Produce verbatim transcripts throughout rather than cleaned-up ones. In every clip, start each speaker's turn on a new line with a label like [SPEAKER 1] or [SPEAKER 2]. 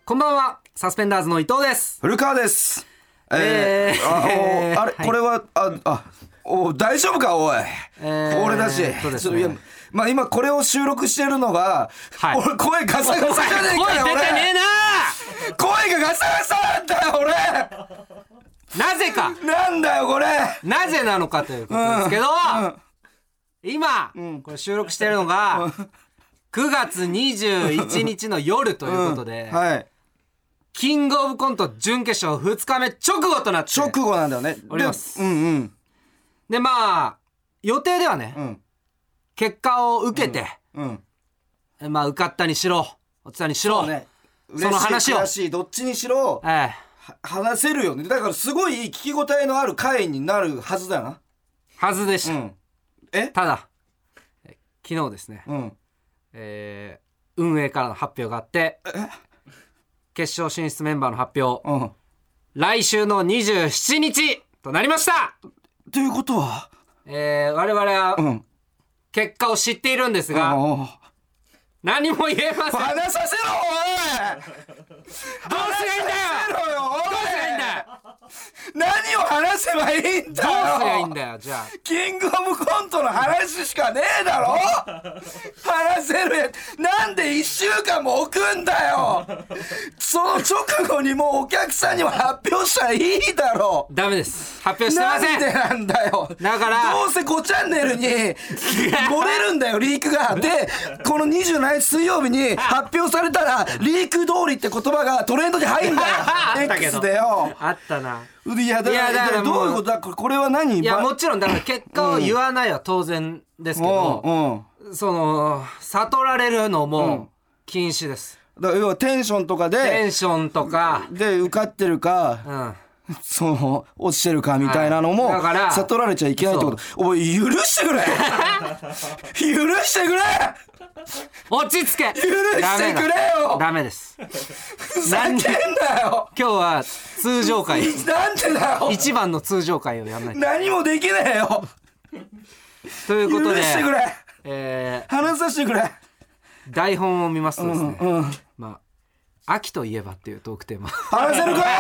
[SPEAKER 1] こんばんは、サスペンダーズの伊藤です。
[SPEAKER 2] 古川です。えー、えー、あ, えー、あれ、はい、これはああお大丈夫かおい、えー、俺だし、そうですね、いや、まあ、今これを収録してるのが、はい、俺声ガサガサじゃねえかよ。
[SPEAKER 1] 声出てねえな。
[SPEAKER 2] 声がガサガサなんだよ俺。
[SPEAKER 1] なぜか
[SPEAKER 2] なんだよこれ、
[SPEAKER 1] なぜなのかということですけど、うんうん、今、うん、これ収録してるのが、うん、くがつにじゅういちにちの夜ということで、うんはい、キングオブコント準決勝ふつかめ直後となって
[SPEAKER 2] 直後なんだよね
[SPEAKER 1] おります。
[SPEAKER 2] で、うんうん、
[SPEAKER 1] でまあ予定ではね、うん、結果を受けて、うんうん、まあ受かったにしろ落ちたにしろ そ,、ね、その話を
[SPEAKER 2] 嬉しいどっちにしろ、ええ、話せるよね。だからすごい聞き応えのある回になるはずだよな。
[SPEAKER 1] はずでした、うん、
[SPEAKER 2] え
[SPEAKER 1] ただ昨日ですね、うんえー、運営からの発表があって、決勝進出メンバーの発表、うん、来週のにじゅうしちにちとなりました。
[SPEAKER 2] ということは、
[SPEAKER 1] えー、我々は結果を知っているんですが、うん、何も言えません。
[SPEAKER 2] 話させろおい。
[SPEAKER 1] どうすりゃいいんだよ。どうすりゃいいんだよ。
[SPEAKER 2] 何を話せばいいんだよ。
[SPEAKER 1] どうすりゃいいんだよ。じゃあ
[SPEAKER 2] キングオブコントの話しかねえだろ。話せるやなんでいっしゅうかんも置くんだよ。その直後にもうお客さんにも発表したらいいだろ。
[SPEAKER 1] ダメです、発表してません。
[SPEAKER 2] なんでなんだよ。
[SPEAKER 1] だから
[SPEAKER 2] どうせごチャンネルに漏れるんだよリークが。でこのにじゅうしちにち水曜日に発表されたらリーク通りって言葉がトレンドに入んだよ。X でよ。
[SPEAKER 1] あったな。
[SPEAKER 2] いやだから、いやだからどういうことだこれは何。
[SPEAKER 1] いやもちろんだから結果を言わないは当然ですけど、うんうん、その悟られるのも禁止です、
[SPEAKER 2] うん、だから要はテンションとかで
[SPEAKER 1] テンションとか
[SPEAKER 2] で受かってるか、うん、その落ちてるかみたいなのも、はい、だから悟られちゃいけないってこと。おい許してくれ許してくれ
[SPEAKER 1] 落ち着け。
[SPEAKER 2] 許してくれよ。
[SPEAKER 1] ダメです。
[SPEAKER 2] ふざけんなよ。
[SPEAKER 1] 今日は通常回。
[SPEAKER 2] なんでだよ。
[SPEAKER 1] 一番の通常回をやんないと。
[SPEAKER 2] 何もできねえよ。
[SPEAKER 1] ということで
[SPEAKER 2] 許してくれ、
[SPEAKER 1] えー、
[SPEAKER 2] 話させてくれ。
[SPEAKER 1] 台本を見ますとですね、うんうん、まあ秋といえばっていうトークテーマ
[SPEAKER 2] 話せるか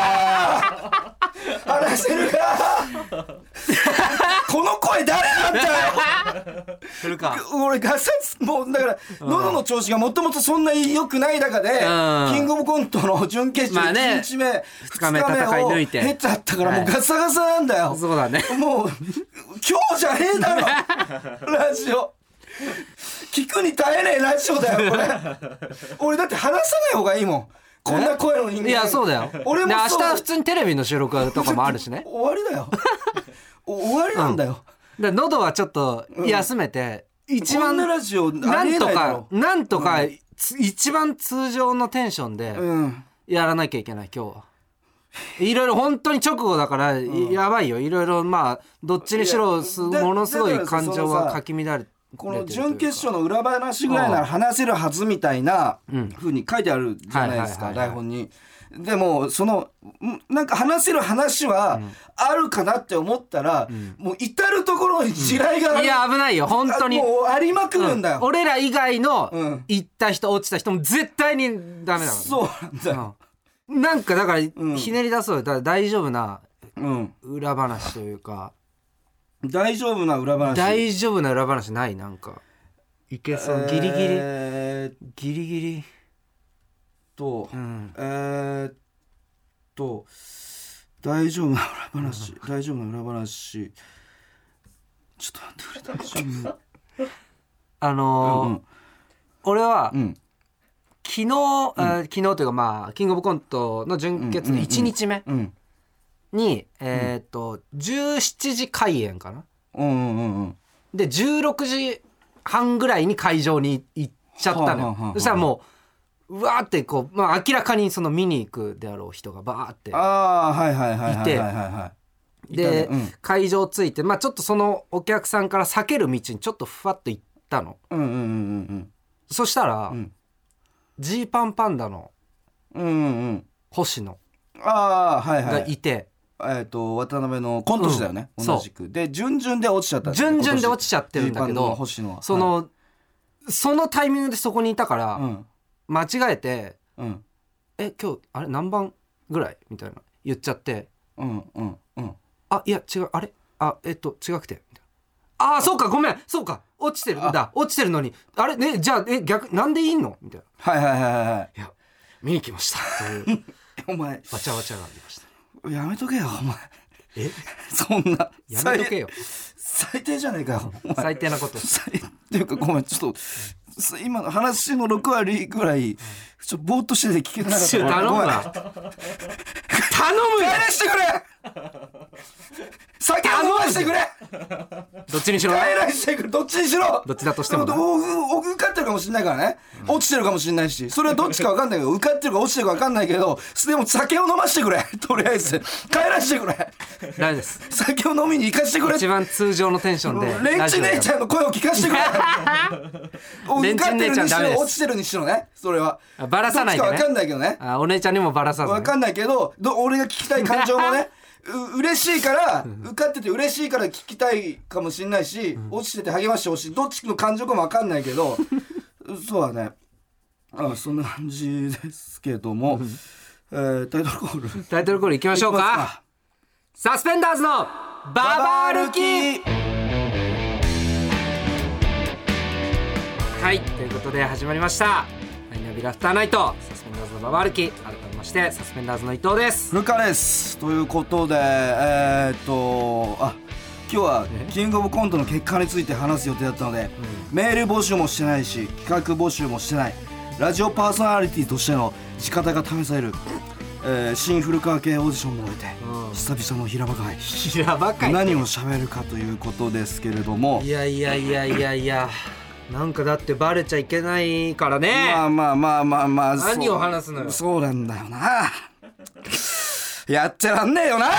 [SPEAKER 2] 話せるかこの声誰なんだよ。
[SPEAKER 1] するか
[SPEAKER 2] 俺ガサツもうだから喉の調子がもともとそんなに良くない中で、うん、キングオブコントの準決勝いちにちめ、まあね、
[SPEAKER 1] ふつかめ戦い抜いて
[SPEAKER 2] 経っちゃったからもうガサガサなんだよ、はい、
[SPEAKER 1] そうだね。
[SPEAKER 2] もう今日じゃねえだろラジオ聞くに耐えねえラジオだよこれ俺だって話さない方がいいもんこんな声の人間。
[SPEAKER 1] いやそうだよ。俺もそう。明日普通にテレビの収録とかもあるしね
[SPEAKER 2] 終わりだよ終わりなんだよ、
[SPEAKER 1] うん、だ喉はちょっと休めて、うん、一番
[SPEAKER 2] こんなラジオありえないだろ。
[SPEAKER 1] なんとか、うん、一番通常のテンションでやらなきゃいけない今日は。いろいろ本当に直後だから、うん、やばいよ。いろいろまあどっちにしろものすごい感情はかき乱れて
[SPEAKER 2] この準決勝の裏話ぐらいなら話せるはずみたいな風に書いてあるじゃないですか台本に。でもそのなんか話せる話はあるかなって思ったら、うん、もう至る所に地雷がある、うん、
[SPEAKER 1] いや危ないよ本当に。
[SPEAKER 2] もうありまくるんだよ、
[SPEAKER 1] うん、俺ら以外の行った人落ちた人も絶対にダメだから、ね、
[SPEAKER 2] そうなんだよ、
[SPEAKER 1] うん、なんかだからひねり出そうよ。だから大丈夫な裏話というか、
[SPEAKER 2] 大丈夫な裏話
[SPEAKER 1] 大丈夫な裏話ない。なんかいけそう、ギリギリ、えー、ギリギリ
[SPEAKER 2] と、うん、えー、っと大丈夫な裏話大丈夫な裏話ちょっと待ってくれ大丈夫
[SPEAKER 1] あのーうんうん、俺は、うん、昨日、うん、昨日というかまあキングオブコントの準決のいちにちめ、うんうんうんにえー、っとじゅうしちじ開演かな、うんうんうん、でじゅうろくじはんぐらいに会場に行っちゃったのよ、はあはあはあ、そしたらもううわーってこう、まあ、明らかにその見に行くであろう人がバーっていてで、うん、会場着いて、まあ、ちょっとそのお客さんから避ける道にちょっとふわっと行ったの、うんうんうんうん、そしたらジー、うん、パンパンダの星野がいて、
[SPEAKER 2] えー、と渡辺のコント師だよね、うん、同じくで準々で落ちちゃった
[SPEAKER 1] 準々で落ちちゃってるんだけどその、はい、そのタイミングでそこにいたから、うん、間違えて、うん、 え今日あれ何番ぐらいみたいな言っちゃって、
[SPEAKER 2] うんうんうん、
[SPEAKER 1] あいや違うあれあえっと違くてみたいな、あそうかごめんそうか落ちてるんだ落ちてるのにあれねじゃあえ逆なんでいいのみたいな、
[SPEAKER 2] はいはいはいはい、
[SPEAKER 1] いや見に来ましたという
[SPEAKER 2] お前
[SPEAKER 1] バチャバチャがありました、
[SPEAKER 2] ね、やめとけよお前、
[SPEAKER 1] え
[SPEAKER 2] そんな
[SPEAKER 1] やめとけよ
[SPEAKER 2] 最低じゃねえかよお前、
[SPEAKER 1] 最低なこと
[SPEAKER 2] 最っていうかごめんちょっと今の話のろく割ぐらいちょっとぼーっとしてて聞けてなかった。
[SPEAKER 1] 頼むわ頼むよ
[SPEAKER 2] 帰らしてくれ酒を飲ましてくれ
[SPEAKER 1] どっちにしろ
[SPEAKER 2] 帰らしてくれどっちにしろ
[SPEAKER 1] どっちだとしてもな
[SPEAKER 2] 受かってるかもしれないからね、うん、落ちてるかもしれないしそれはどっちか分かんないけど受かってるか落ちてるか分かんないけどでも酒を飲ましてくれとりあえず帰らしてくれ
[SPEAKER 1] 大丈夫です
[SPEAKER 2] 酒を飲みに行かしてくれ
[SPEAKER 1] 一番通常のテンションで
[SPEAKER 2] レンチ姉ちゃんの声を聞かしてくれ
[SPEAKER 1] レンチ姉ちゃんダメです。
[SPEAKER 2] 落ちてるにしろねそれは
[SPEAKER 1] バラさないでね
[SPEAKER 2] どっちか分かんないけどね
[SPEAKER 1] あお姉ちゃんにもバラさず、ね、
[SPEAKER 2] 分かんないけどど俺が聞きたい感情もねう嬉しいから受かってて嬉しいから聞きたいかもしれないし、うん、落ちてて励ましてほしいどっちの感情かも分かんないけどそうだねあそんな感じですけども、えー、タイトルコール
[SPEAKER 1] タイトルコールいきましょうか。サスペンダーズのババ歩きはいということで始まりましたマイナビラフターナイトサスペンダーズのババ歩き、改めましてサスペンダーズの伊藤です。
[SPEAKER 2] 古川です。ということでえー、っとあ今日はキングオブコントの結果について話す予定だったので、うん、メール募集もしてないし企画募集もしてないラジオパーソナリティとしての地方が試される、えー、新古川系オーディションも終えて、うん、久々の平場会
[SPEAKER 1] 平場会
[SPEAKER 2] 何を喋るかということですけれども、
[SPEAKER 1] いやいやいやいやいやなんかだってバレちゃいけないからね。
[SPEAKER 2] まあまあまあまあまあ
[SPEAKER 1] 何を話すのよ。
[SPEAKER 2] そうなんだよなやってらんねえよな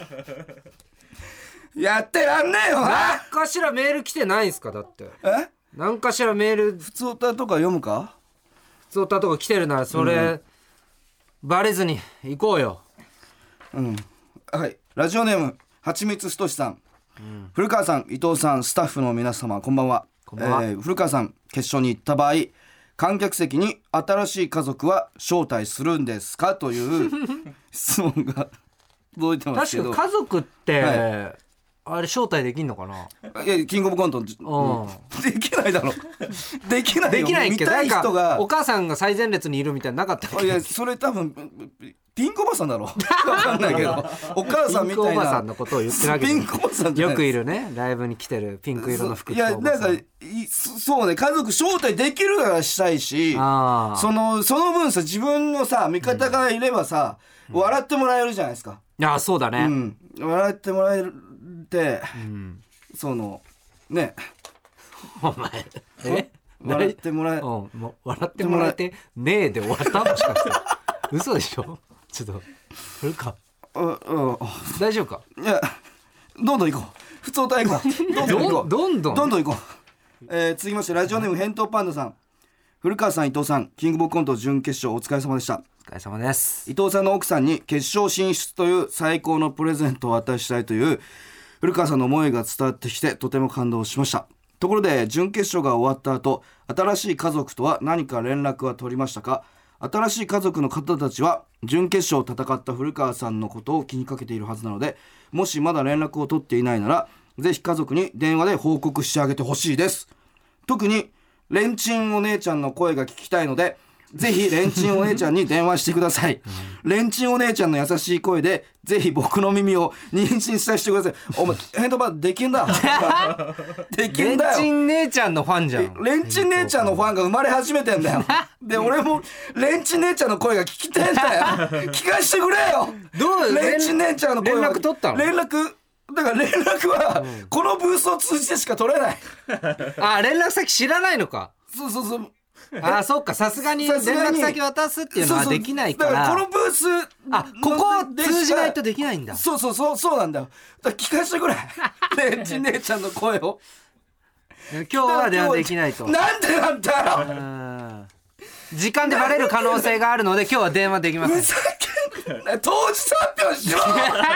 [SPEAKER 2] やってらんねえよな。
[SPEAKER 1] 何かしらメール来てないんすか。だって
[SPEAKER 2] え
[SPEAKER 1] 何かしらメール
[SPEAKER 2] 普通歌とか読むか。
[SPEAKER 1] 普通歌とか来てるならそれ、うん、バレずに行こうよ。
[SPEAKER 2] うんはい。ラジオネームはちみつひとしさん、うん、古川さん伊藤さんスタッフの皆様こんばんは。こんばんは。えー、古川さん決勝に行った場合観客席に新しい家族は招待するんですかという質問が届いてますけど。
[SPEAKER 1] 確かに家族って、はい、あれ招待できんのかな。
[SPEAKER 2] いやキングオブコント、うん、できないだろできないよ。
[SPEAKER 1] できないっけど
[SPEAKER 2] 見たい人が
[SPEAKER 1] お母さんが最前列にいるみたいななかったっけ。
[SPEAKER 2] いやそれ多分ピンクおばさんだろ分かんないけどお母さんみたいな
[SPEAKER 1] ピンクおばさんのことを言ってるわけ
[SPEAKER 2] ピンクおばさん
[SPEAKER 1] よくいるねライブに来てるピンク色の服着
[SPEAKER 2] たおばさん。いやなんかそうね家族招待できるならしたいしそのその分さ自分のさ味方がいればさ、うん、笑ってもらえるじゃないですか。
[SPEAKER 1] いやそうだね、うん、
[SPEAKER 2] 笑ってもらえるって、うん、そのね
[SPEAKER 1] お前え
[SPEAKER 2] 笑ってもらえ、うん、
[SPEAKER 1] も笑ってもらえてねえで終わったもしかして嘘でしょ。ちょっと古川大丈夫か。
[SPEAKER 2] いやどんどん行こう普通歌行こうどんどん行こう
[SPEAKER 1] どんどん
[SPEAKER 2] どんどん行こう、えー、続きましてラジオネーム返答パンダさん、古川さん伊藤さんキングオブコント準決勝お疲れ様でした。
[SPEAKER 1] お疲れ様です。
[SPEAKER 2] 伊藤さんの奥さんに決勝進出という最高のプレゼントを渡したいという古川さんの思いが伝わってきてとても感動しました。ところで準決勝が終わった後新しい家族とは何か連絡は取りましたか。新しい家族の方たちは準決勝を戦った古川さんのことを気にかけているはずなのでもしまだ連絡を取っていないならぜひ家族に電話で報告してあげてほしいです。特にレンチンお姉ちゃんの声が聞きたいのでぜひレンチンお姉ちゃんに電話してくださいレンチンお姉ちゃんの優しい声でぜひ僕の耳を妊娠させてください。お前ヘンドバーできんだできんだよ。
[SPEAKER 1] レンチン姉ちゃんのファンじゃん。
[SPEAKER 2] レンチン姉ちゃんのファンが生まれ始めてんだよで俺もレンチン姉ちゃんの声が聞きてんだよ聞かしてくれよ。
[SPEAKER 1] どう
[SPEAKER 2] レンチン姉ちゃんの声
[SPEAKER 1] 連絡取ったの。
[SPEAKER 2] 連絡だから連絡はこのブースを通じてしか取れない
[SPEAKER 1] あ連絡先知らないのか。
[SPEAKER 2] そうそうそう
[SPEAKER 1] あそっかさすがに連絡先渡すっていうのはできないから。
[SPEAKER 2] だからこのブース
[SPEAKER 1] あここを通じないとできないんだ。
[SPEAKER 2] そうそうそうそうなんだよ。だから聞かせてくれレンチン姉ちゃんの声を
[SPEAKER 1] 今日は電話できないと。
[SPEAKER 2] なんでなんだよ。
[SPEAKER 1] 時間でバレる可能性があるので今日は電話できません。
[SPEAKER 2] ふざけんな当日発表しろ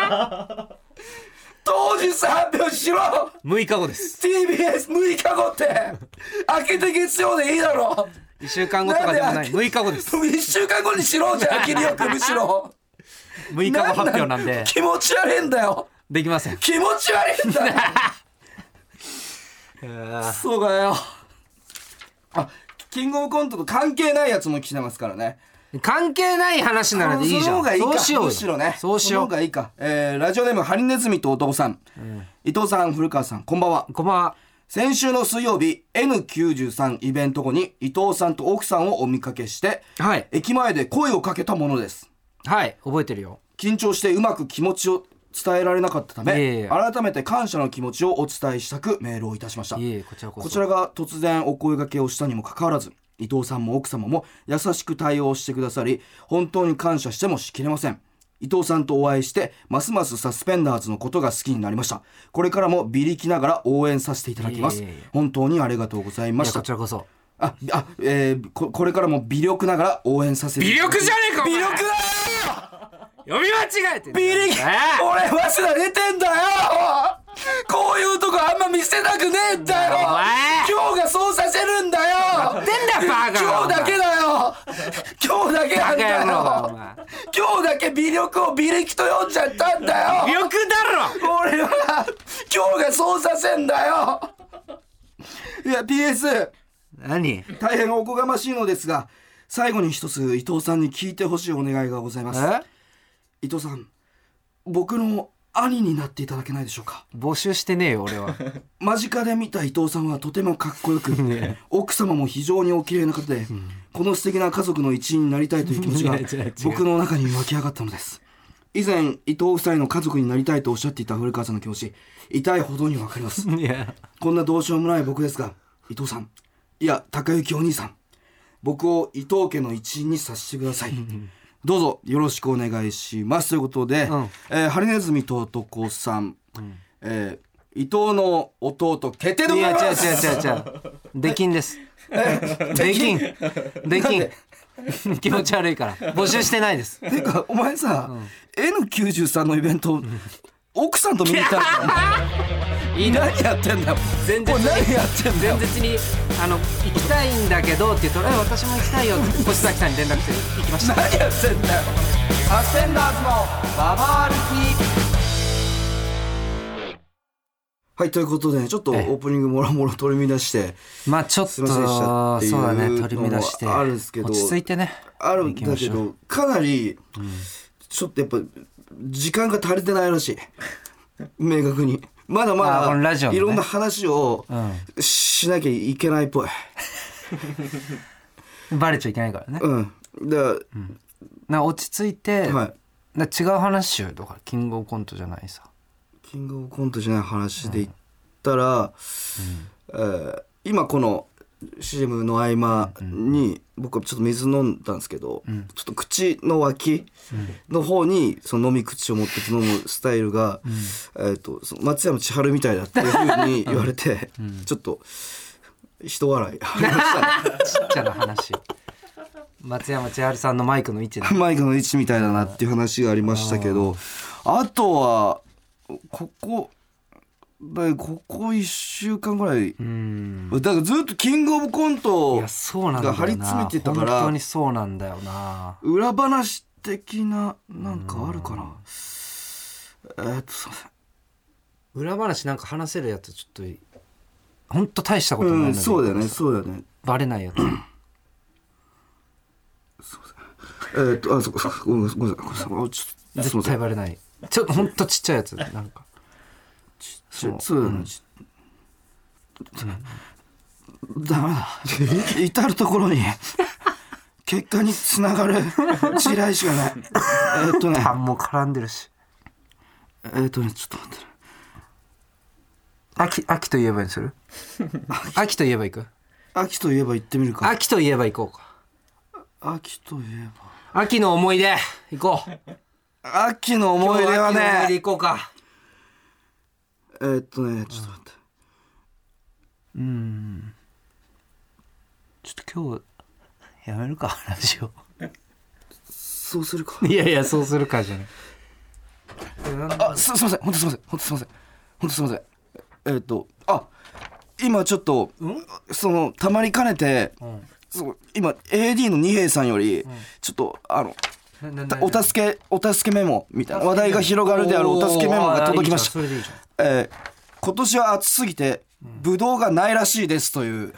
[SPEAKER 2] 当日発表しろ。
[SPEAKER 1] むいかごです。
[SPEAKER 2] ティービーエスむいかごって明けて月曜でいいだろ。
[SPEAKER 1] いっしゅうかんごとかでもないむいかごです。
[SPEAKER 2] いっしゅうかんごにしろじゃあ切りよくむしろ
[SPEAKER 1] むいかご発表なんで
[SPEAKER 2] 気持ち悪いんだよ。
[SPEAKER 1] できません。
[SPEAKER 2] 気持ち悪いんだよそうかよ。あ、キングオブコントと関係ないやつも来てますからね。
[SPEAKER 1] 関係ない話ならでいいじゃん。
[SPEAKER 2] その方がいいか。
[SPEAKER 1] そうしようよ。
[SPEAKER 2] むしろね。
[SPEAKER 1] そうしよう。
[SPEAKER 2] その方がいいか。えー、ラジオネームハリネズミと男さん、うん、伊藤さん、古川さん、こんばんは。
[SPEAKER 1] こんばんは。
[SPEAKER 2] 先週の水曜日 エヌきゅうじゅうさん イベント後に伊藤さんと奥さんをお見かけして、はい、駅前で声をかけたものです。
[SPEAKER 1] はい、覚えてるよ。
[SPEAKER 2] 緊張してうまく気持ちを伝えられなかったため、いやいや改めて感謝の気持ちをお伝えしたくメールをいたしました。いやいやこちらこそ。こちらが突然お声掛けをしたにもかかわらず、伊藤さんも奥様も優しく対応してくださり、本当に感謝してもしきれません。伊藤さんとお会いしてますますサスペンダーズのことが好きになりました。これからもビリきながら応援させていただきます。いやいやいや本当にありがとうございました。
[SPEAKER 1] こちらこそ。あ
[SPEAKER 2] あ、えー、こ, これからも微力ながら応援させて。
[SPEAKER 1] 微力じゃねえかお前。微力だよ読み間違えてんだよ。
[SPEAKER 2] ビリ、俺早稲田出てんだよ。こういうとこあんま見せたくねえんだよ。今日がそうさせるんだよ。
[SPEAKER 1] やってんだよバカ。
[SPEAKER 2] 今日だけだよ。今日だけなんだよ。今日だけ微力を微力と呼んじゃったんだよ。
[SPEAKER 1] 微力だろ。
[SPEAKER 2] 俺は今日がそうさせんだよ。いや ピーエス
[SPEAKER 1] 何
[SPEAKER 2] 大変おこがましいのですが、最後に一つ伊藤さんに聞いてほしいお願いがございます。伊藤さん、僕の兄になっていただけないでしょうか。
[SPEAKER 1] 募集してねえよ俺は。
[SPEAKER 2] 間近で見た伊藤さんはとてもかっこよく、ね、奥様も非常にお綺麗な方で、うん、この素敵な家族の一員になりたいという気持ちが僕の中に湧き上がったのです。以前伊藤夫妻の家族になりたいとおっしゃっていた古川さんの気持ち、痛いほどに分かります。いやこんなどうしようもない僕ですが、伊藤さん、いや高幸お兄さん、僕を伊藤家の一員にさせてください。どうぞよろしくお願いしますということで、うんえー、ハリネズミと男さん、うんえー、伊藤の弟決定でございます。
[SPEAKER 1] いや違う違う違う違うできんです。できんできん気持ち悪いから募集してないです。
[SPEAKER 2] てかお前さ、うん、エヌきゅうじゅうさん のイベント、うん、奥さんと見に行ったのいい何やってんだよ。
[SPEAKER 1] 全然何やってんだよ。前日にあの行きたいんだけどって言うと、え私も行きたいよって越崎さんに連絡して行きました。
[SPEAKER 2] 何やってんだよ。サスペンダーズのババ歩き。はいということで、ね、ちょっとオープニングもろもろ取り乱して
[SPEAKER 1] まあちょっとそうだね取り乱して
[SPEAKER 2] あるんですけど、
[SPEAKER 1] 落ち着いてね
[SPEAKER 2] あるんだけどかなり、うん、ちょっとやっぱ時間が足りてないらしい。明確にまだまだ、ね、いろんな話をしなきゃいけないっぽい。
[SPEAKER 1] バレちゃいけないからね。
[SPEAKER 2] うんだから、うん、
[SPEAKER 1] な落ち着いて、はい、な違う話しようとかキングオブコントじゃないさ。
[SPEAKER 2] キングオブコントじゃない話で言ったら、うんえー、今この シーエム の合間に僕はちょっと水飲んだんですけど、うん、ちょっと口の脇の方にその飲み口を持って飲むスタイルが、うんえー、とその松山千春みたいだっていう風に言われて、うん、ちょっと人笑いありましたね。
[SPEAKER 1] ちっちゃな話。松山千春さんのマイクの位置だ
[SPEAKER 2] マイクの位置みたいだなっていう話がありましたけど、あとはここだここいっしゅうかんぐらいうんだからずっとキングオブコントが張り詰めてたから、
[SPEAKER 1] 本当にそうなんだよな。
[SPEAKER 2] 裏話的ななんかあるかな。えー、っとすいません、
[SPEAKER 1] 裏話なんか話せるやつちょっと本当大したことないのに、うん、
[SPEAKER 2] そうだよねそうだよね
[SPEAKER 1] バレないやつ。
[SPEAKER 2] えー、っとあそこごめんなさいごめんなさいごめんなさい
[SPEAKER 1] 絶対バレない。ちょっとほんとちっちゃいやつなんか
[SPEAKER 2] そうそう、うん、ダメだ至る所に結果につながる地雷しかない。えっとね
[SPEAKER 1] もう絡んでるし
[SPEAKER 2] えっとねちょっと待ってね
[SPEAKER 1] 秋秋といえばにする秋といえば行く
[SPEAKER 2] 秋といえば行ってみるか。
[SPEAKER 1] 秋といえば行こうか。
[SPEAKER 2] 秋といえ
[SPEAKER 1] ば秋の思い出行こう。
[SPEAKER 2] 秋の思い出はね、秋の思い出
[SPEAKER 1] 行こうか。
[SPEAKER 2] えー、っとねちょっと待って、
[SPEAKER 1] うん、うんちょっと今日やめるか話を。
[SPEAKER 2] そうするか。
[SPEAKER 1] いやいやそうするかじゃない。
[SPEAKER 2] あ す, すいません本当すいません本当すいません本当すいませんえー、っとあ今ちょっと、うん、そのたまりかねて、うん、 そう今 エーディー の二平さんよりちょっとあのお助けお助けメモみたいな話題が広がるであるお助けメモが届きました。
[SPEAKER 1] いいじゃんそれでいいじ
[SPEAKER 2] えー、今年は暑すぎてブドウがないらしいですという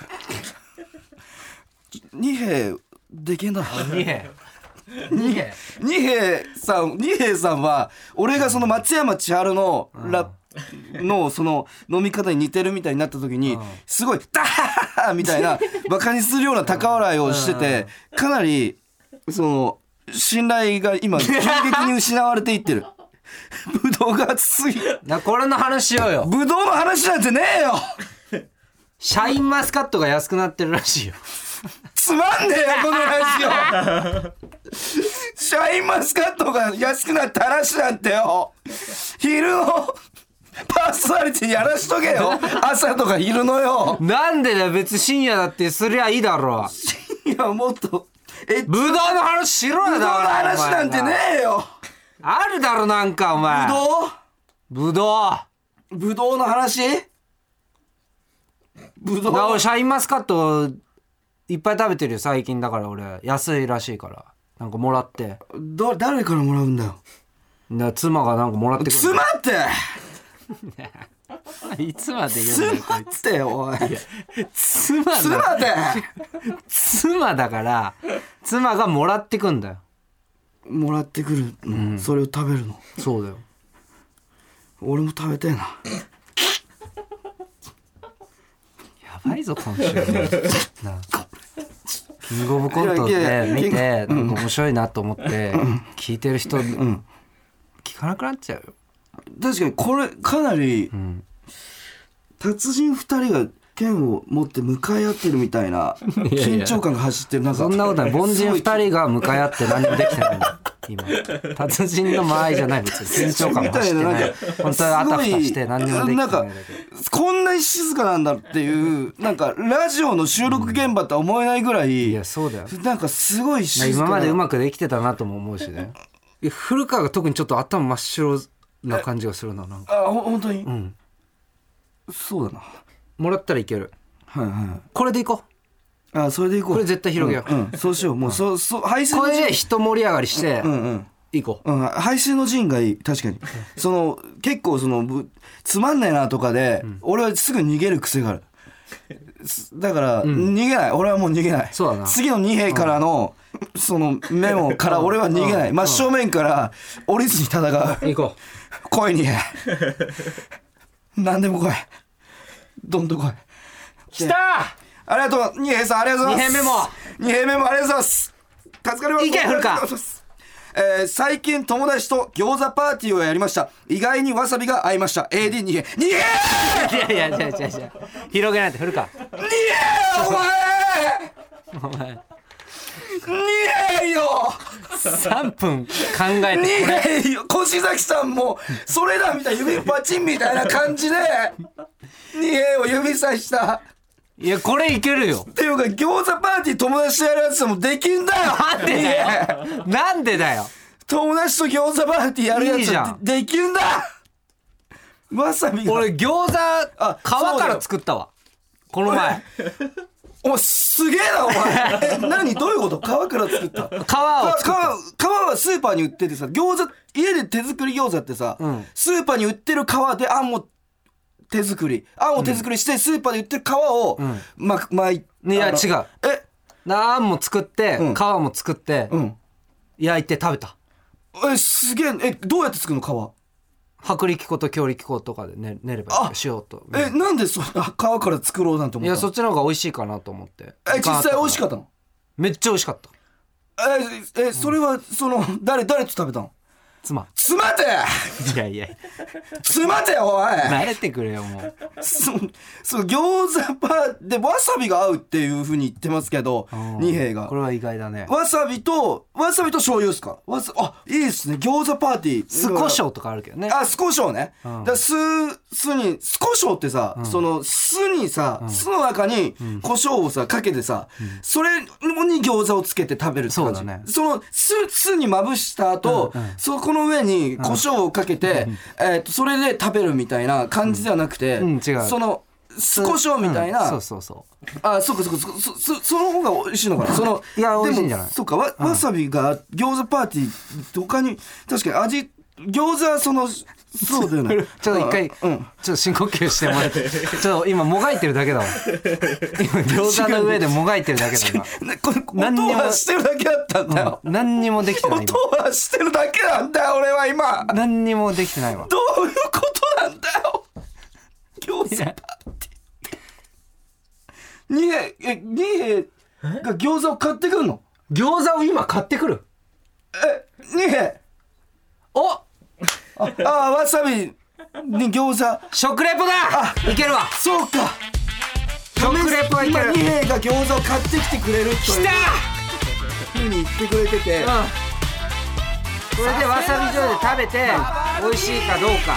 [SPEAKER 2] 二平できんだ
[SPEAKER 1] 二平二平
[SPEAKER 2] 二平さん二平さんは俺がその松山千春のラップのその飲み方に似てるみたいになった時にすごいダーッみたいなバカにするような高笑いをしててかなりその信頼が今急激に失われていってる。ブドウが熱すぎる。
[SPEAKER 1] これの話しようよ。
[SPEAKER 2] ブドウの話なんてねえよ。
[SPEAKER 1] シャインマスカットが安くなってるらしいよ。
[SPEAKER 2] つまんねえよこのラジオ。シャインマスカットが安くなった話なんてよ昼のパーソナリティやらしとけよ。朝とか昼のよ。
[SPEAKER 1] なんでだよ別に深夜だってすりゃいいだろ。
[SPEAKER 2] いやもっと
[SPEAKER 1] えブドウの話しろよ。
[SPEAKER 2] ブドウの話なんてねえよ。
[SPEAKER 1] あるだろなんかお前。
[SPEAKER 2] ブドウ
[SPEAKER 1] ブド
[SPEAKER 2] ウブドウの話ブドウ
[SPEAKER 1] なおシャインマスカットいっぱい食べてるよ最近。だから俺安いらしいからなんかもらって
[SPEAKER 2] ど誰からもらうんだよ。
[SPEAKER 1] だ妻がなんかもらってくる。
[SPEAKER 2] 妻って
[SPEAKER 1] いつまで言うんだよ
[SPEAKER 2] 妻っておい
[SPEAKER 1] 妻だ
[SPEAKER 2] 妻って
[SPEAKER 1] 妻だから妻がもらってくんだよ。
[SPEAKER 2] もらってくるの、うん、それを食べるの。
[SPEAKER 1] そうだよ。
[SPEAKER 2] 俺も食べたいな。
[SPEAKER 1] やばいぞ今週ねなキングオブコントで見てなんか面白いなと思って聞いてる人、うん、聞かなくなっちゃうよ。
[SPEAKER 2] 確かにこれかなり、うん、達人ふたりが剣を持って向かい合ってるみたいな緊張感が走ってる。なんか
[SPEAKER 1] そんなことない。凡人ふたりが向かい合って何もできてないんだ今。達人の間合いじゃない。別に緊張感も走ってない。本当にあたふたして何にもできてないんだけど。
[SPEAKER 2] こんなに静かなんだっていうなんかラジオの収録現場とは思えないぐらい、
[SPEAKER 1] うん、いやそうだよ。
[SPEAKER 2] なんかすごい静かな。
[SPEAKER 1] 今までうまくできてたなとも思うしね。古川が特にちょっと頭真っ白な感じがするな。なんか
[SPEAKER 2] あほ本当に、
[SPEAKER 1] うん、
[SPEAKER 2] そうだな。
[SPEAKER 1] もらったらいける。
[SPEAKER 2] はいはい。
[SPEAKER 1] これでいこ
[SPEAKER 2] う。あそれでいこう。
[SPEAKER 1] これ絶対広げよう。
[SPEAKER 2] うんうん、そうしよう。もうそそ排水
[SPEAKER 1] これで人盛り上がりして、うんうん、いこう。
[SPEAKER 2] うん、排水の陣がいい。確かに。その結構そのつまんないなとかで、うん、俺はすぐ逃げる癖がある。だから、うん、逃げない。俺はもう逃げない。
[SPEAKER 1] そうだな。
[SPEAKER 2] 次の二兵からの、うん、そのメモから俺は逃げない。真正面から降りずに戦う。
[SPEAKER 1] 行こ
[SPEAKER 2] う。来い二兵。何でも来い。どんどん来い。
[SPEAKER 1] 来たー。
[SPEAKER 2] ありがとう二平さんありがとうございます。
[SPEAKER 1] 二平メモ
[SPEAKER 2] 二平メモありがとうございます。助かります。
[SPEAKER 1] いけ古川。
[SPEAKER 2] えー、最近友達と餃子パーティーをやりました。意外にわさびが合いました。 エーディー 二平二平
[SPEAKER 1] いやいやいやいやいや広げないで古川。
[SPEAKER 2] 二平お前お前二平よ
[SPEAKER 1] さんぷん考えて
[SPEAKER 2] 二平よ。越崎さんもそれだみたいな指パチンみたいな感じで二平を指さした。
[SPEAKER 1] いやこれいけるよ。
[SPEAKER 2] っていうか餃子パーティー友達とやるやつでもできんだよ。
[SPEAKER 1] なんでだよなんでだよ。
[SPEAKER 2] 友達と餃子パーティーやるやつ
[SPEAKER 1] いいじゃん
[SPEAKER 2] できんだ。わさびが
[SPEAKER 1] 俺餃子皮から作ったわこの前。
[SPEAKER 2] おすげえなお前何どういうこと。皮から作った。皮を作った皮、皮はスーパーに売っててさ、餃子家で手作り餃子ってさ、うん、スーパーに売ってる皮であんも手作りあんを手作りして、うん、スーパーで売ってる皮を、うん、ま巻い
[SPEAKER 1] いや違う
[SPEAKER 2] え
[SPEAKER 1] あんも作って、うん、皮も作って、うん、焼いて食べた。
[SPEAKER 2] えすげえ。えどうやって作るの皮。
[SPEAKER 1] 薄力粉と強力粉とかで 練, 練ればいい塩と。
[SPEAKER 2] えなんでそ皮から作ろうなんて思ったの。
[SPEAKER 1] いやそっちの方が美味しいかなと思って。
[SPEAKER 2] え実際美味しかったの。
[SPEAKER 1] めっちゃ美味しかった。
[SPEAKER 2] ええそれはその誰誰と食べたの。
[SPEAKER 1] 妻。
[SPEAKER 2] 妻って
[SPEAKER 1] いやいや
[SPEAKER 2] 妻っておい
[SPEAKER 1] 慣れてくれよもう。
[SPEAKER 2] そそ餃子パーでわさびが合うっていう風に言ってますけど二平が。
[SPEAKER 1] これは意外だね。
[SPEAKER 2] わさびとわさびと醤油ですか。わさあいいですね。餃子パーティー
[SPEAKER 1] 酢胡椒とかあるけどね。
[SPEAKER 2] あ酢胡椒ね、うん、だ酢酢に酢胡椒ってさ、うん、その酢にさ、うん、酢の中に胡椒をさかけてさ、うん、それに餃子をつけて食べるって感じ。そうだね。その酢酢にまぶした後、うんうん、そこの上に胡椒をかけて、うん、えー、とそれで食べるみたいな感じではなくて、うんうん、違う。その酢胡椒みたいな、
[SPEAKER 1] うん、そうそうそう
[SPEAKER 2] あそうかそうかそそその方が美味しいのかなその
[SPEAKER 1] いや美味しいんじゃない
[SPEAKER 2] そうか わ, わさびが餃子パーティー他に確かに味餃子はそのそうだよね
[SPEAKER 1] ちょっと一回、うん、ちょっと深呼吸してもらってちょっと今もがいてるだけだわ今餃子の上でもがいてるだけだ今
[SPEAKER 2] これ音はしてるだけだったんだよ、
[SPEAKER 1] うん、何にもできてない
[SPEAKER 2] 音はしてるだけなんだよ俺は今
[SPEAKER 1] 何にもできてないわ
[SPEAKER 2] どういうことなんだよ餃子パーティー二平え二平が餃子を買ってくるの
[SPEAKER 1] 餃子を今買ってくる
[SPEAKER 2] え二平
[SPEAKER 1] お
[SPEAKER 2] ああわさびに餃子
[SPEAKER 1] 食レポだいけるわ
[SPEAKER 2] そうか
[SPEAKER 1] 食レポはいける
[SPEAKER 2] 今二平が餃子を買ってきてくれるという
[SPEAKER 1] きた
[SPEAKER 2] ふうに言ってくれてて、うん、
[SPEAKER 1] これでわさび醤油で食べて美味しいかどうか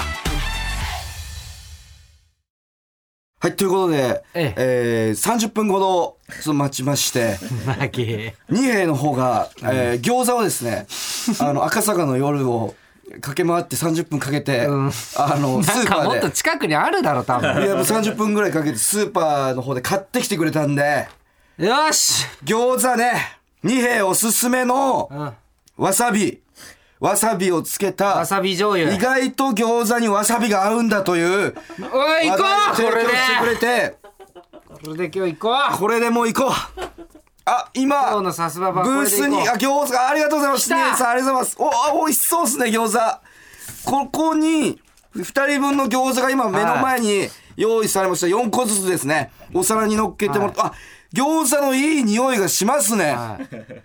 [SPEAKER 2] はいということで、
[SPEAKER 1] ええ
[SPEAKER 2] えー、さんじゅっぷんほどちょっと待ちまして二平の方が、えー、餃子をですねあの赤坂の夜を駆け回ってさんじゅっぷんかけて、うん、あのスーパーで
[SPEAKER 1] なんかもっと近くにあるだろ多分
[SPEAKER 2] いやもうさんじゅっぷんぐらいかけてスーパーの方で買ってきてくれたんで
[SPEAKER 1] よし
[SPEAKER 2] 餃子ね二平おすすめの、うん、わさびわさびをつけた
[SPEAKER 1] わさび醤油
[SPEAKER 2] 意外と餃子にわさびが合うんだという
[SPEAKER 1] おい行こうこれで
[SPEAKER 2] してくれて
[SPEAKER 1] これで今日行こう
[SPEAKER 2] これでもう行こうあ今
[SPEAKER 1] 今日のさすばば
[SPEAKER 2] ブースにあ餃子ありがとうございます姉さんありがとうございますおお美味しそうですね餃子ここにふたりぶんの餃子が今目の前に用意されました、はい、よんこずつですねお皿に乗っけてもらって、はい、あ餃子のいい匂いがしますね、はい、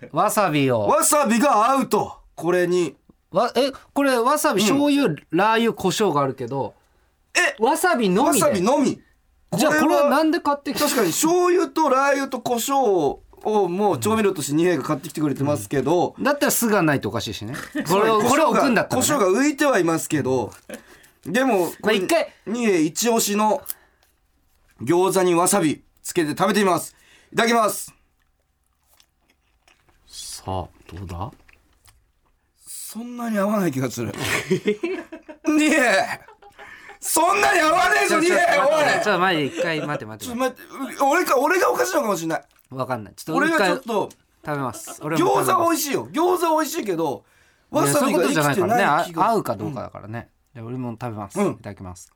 [SPEAKER 1] わさびを
[SPEAKER 2] わさびが合うとこれに
[SPEAKER 1] わえこれわさび、うん、醤油ラー油胡椒があるけど
[SPEAKER 2] え
[SPEAKER 1] わさびのみで
[SPEAKER 2] わさびのみ
[SPEAKER 1] じゃあこれはなんで買ってきた
[SPEAKER 2] 確かに醤油とラー油と胡椒をもう調味料として二平が買ってきてくれてますけど、
[SPEAKER 1] うん、だったら酢がないとおかしいしねこれをこれを置くんだったら、ね、
[SPEAKER 2] 胡椒が浮いてはいますけどでもこれ、まあ、一回二平一押しの餃子にわさびつけて食べてみますいただきます
[SPEAKER 1] さあどうだ
[SPEAKER 2] そんなに合わない気がする二平そんなに合わねえぞ二平おい
[SPEAKER 1] ちょっと待って一回待って待って待って
[SPEAKER 2] 俺か俺がおかしいのかもしれない
[SPEAKER 1] 分かんないちょっと
[SPEAKER 2] 俺がちょっと
[SPEAKER 1] 食べます
[SPEAKER 2] 俺も餃子は美味しいよ餃子は美味しいけどわさびが生きてない気が、
[SPEAKER 1] ね、合うかどうかだからね、うん、俺も食べます、うん、いただきます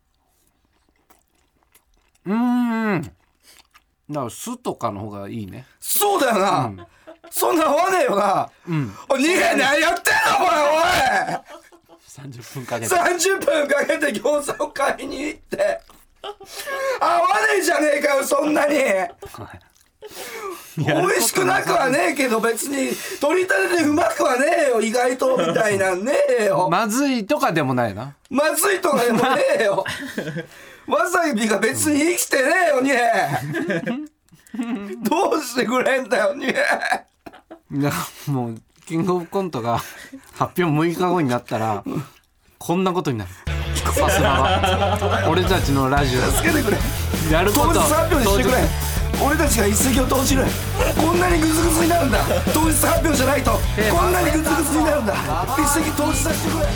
[SPEAKER 1] うーんだから酢とかの方がいいね
[SPEAKER 2] そうだよな、うん、そんな合わねえよな、うん、おい逃げねえやってんのこれおい
[SPEAKER 1] さんじゅっぷんかけて
[SPEAKER 2] さんじゅっぷんかけて餃子を買いに行って合わねえじゃねえかよそんなに美味しくなくはねえけど別に取り立ててうまくはねえよ意外とみたいなんねえよ
[SPEAKER 1] まずいとかでもないな
[SPEAKER 2] まずいとかでもねえよわさびが別に生きてねえよにえどうしてくれんだよにえ
[SPEAKER 1] いやもうキングオブコントが発表むいかごになったらこんなことになるさすがは俺たちのラジオ
[SPEAKER 2] 助けてくれ
[SPEAKER 1] やること
[SPEAKER 2] 当日発表にしてくれ俺たちが一石を投じるこんなにグズグズになるんだ当日発表じゃないとこんなにグズグズになるんだ一石投じさせてくれ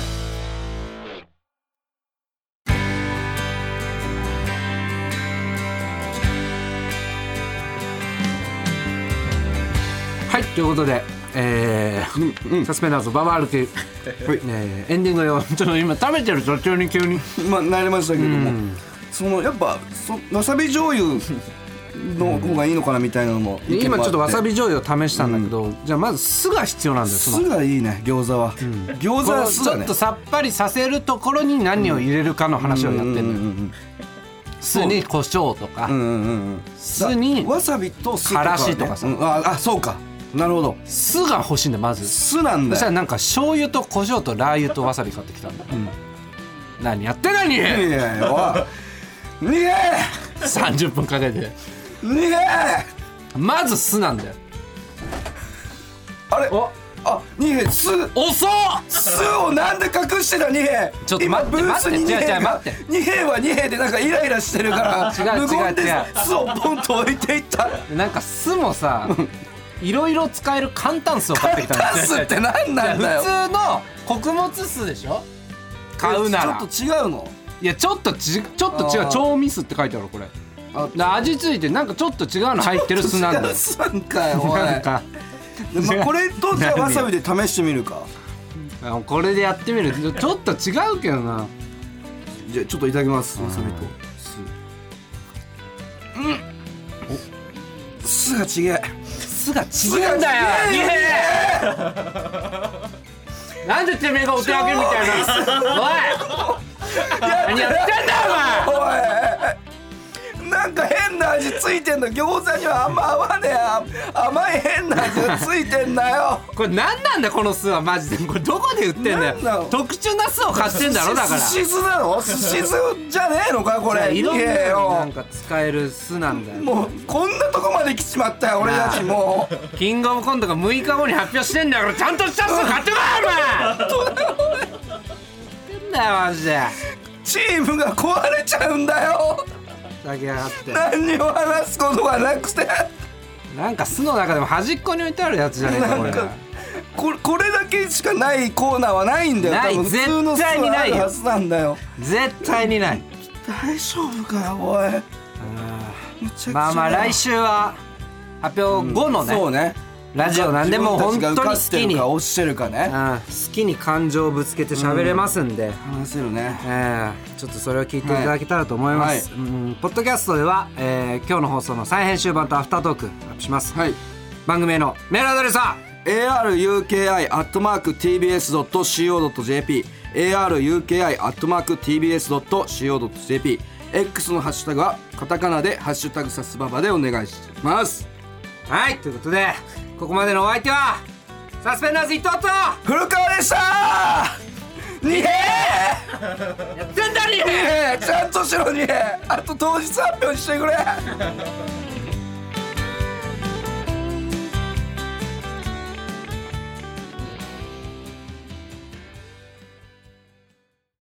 [SPEAKER 1] はいということでえーうんうん、サスペンダーズババ歩き、はいえー、エンディングよちょっと今食べてる途中に急に
[SPEAKER 2] まあ慣れましたけども、うん、そのやっぱそわさび醤油の方がいいのかなみたいなのも
[SPEAKER 1] 今ちょっとわさび醤油を試したんだけど、うん、じゃあまず酢が必要なんです
[SPEAKER 2] 酢がいいね餃子は、うん、餃子は酢だね
[SPEAKER 1] ちょっとさっぱりさせるところに何を入れるかの話をやってるのよ酢に胡椒とか、うんうんうん、酢に
[SPEAKER 2] わさびと酢とか、ね、
[SPEAKER 1] からしとかさ、
[SPEAKER 2] うん、あ, あそうかなるほど
[SPEAKER 1] 酢が欲しいんだまず
[SPEAKER 2] 酢なんだ
[SPEAKER 1] そしたらなんか醤油と胡椒とラー油とわさび買ってきたんだ、うん、何やってんのに
[SPEAKER 2] いやいや逃げ
[SPEAKER 1] さんじゅっぷんかけて
[SPEAKER 2] 逃げ
[SPEAKER 1] まず酢なんだよ
[SPEAKER 2] あれおあ二平酢
[SPEAKER 1] 遅っ
[SPEAKER 2] 酢をなんで隠してた二平
[SPEAKER 1] ちょっと待って
[SPEAKER 2] 今ブースに二平が二平は二平でなんかイライラしてるから
[SPEAKER 1] 違う違う違う
[SPEAKER 2] 酢をポンと置いていった
[SPEAKER 1] なんか酢もさいろいろ使える簡単酢を買ってきたん
[SPEAKER 2] ですよ簡単酢って何なんだよ
[SPEAKER 1] 普通の穀物酢でしょ買うなら
[SPEAKER 2] ちょっと違うの
[SPEAKER 1] いやちょっとちちょっと違う超ミスって書いてあるこれあ味付いてなんかちょっと違うの入ってる酢なんだよ
[SPEAKER 2] 酢なんかよおい
[SPEAKER 1] なんか
[SPEAKER 2] まあ、これとじゃあわさびで試してみるか
[SPEAKER 1] これでやってみるちょっと違うけどな
[SPEAKER 2] じゃあちょっといただきますわさびと酢うん酢がちげえ
[SPEAKER 1] 酢が違うんだよなんでてめえがお手上げみたいなおい何やってんだお前
[SPEAKER 2] おいなんか変な味ついてんの餃子にはあんま合わねえ甘い変な味がついてんだよ
[SPEAKER 1] これ何なんだこの酢はマジでこれどこで売ってんだよ特殊な酢を買ってんだろだから
[SPEAKER 2] 寿司酢なの寿司酢じゃねえのかこれ
[SPEAKER 1] いろんななんか使える酢なんだよ
[SPEAKER 2] もうこんなとこまで来ちまったよ俺たちもう
[SPEAKER 1] キングオブコントがむいかごに発表してんだからちゃんとした酢買ってこいお前本当だよお前買ってんだよマジで
[SPEAKER 2] チームが壊れちゃうんだよ
[SPEAKER 1] だけあって
[SPEAKER 2] 何にも話すことがなくて
[SPEAKER 1] なんか巣の中でも端っこに置いてあるやつじゃねえかこれ
[SPEAKER 2] これこれだけしかないコーナーはないんだよ
[SPEAKER 1] ない
[SPEAKER 2] 多分普通の
[SPEAKER 1] 絶対にないよ
[SPEAKER 2] はずなんだよ
[SPEAKER 1] 絶対にない
[SPEAKER 2] 大丈夫かよおい
[SPEAKER 1] まあまあ来週は発表後のね、うん、
[SPEAKER 2] そうね
[SPEAKER 1] ラジオなんでもう本当に好きに
[SPEAKER 2] 落ちてるかね、
[SPEAKER 1] うん、好きに感情をぶつけて喋れますんで、うん、
[SPEAKER 2] 話せるね、
[SPEAKER 1] えー、ちょっとそれを聞いていただけたらと思います、はいはい、うん、ポッドキャストでは、えー、今日の放送の再編集版とアフタートークアップします、はい、番組へのメールアドレスは
[SPEAKER 2] エーアールユーケーアイ アットマーク ティービーエス ドット シーオー ドット ジェーピー エーアールユーケーアイ アットマーク ティービーエス ドット シーオー ドット ジェーピー X のハッシュタグはカタカナでハッシュタグサスババでお願いします。
[SPEAKER 1] はい、ということでここまでのお相手はサスペンダーズ伊藤と
[SPEAKER 2] 古川でしたー。にへー
[SPEAKER 1] やってんだにへ
[SPEAKER 2] ーちゃんとしろにへーあと当日発表してくれ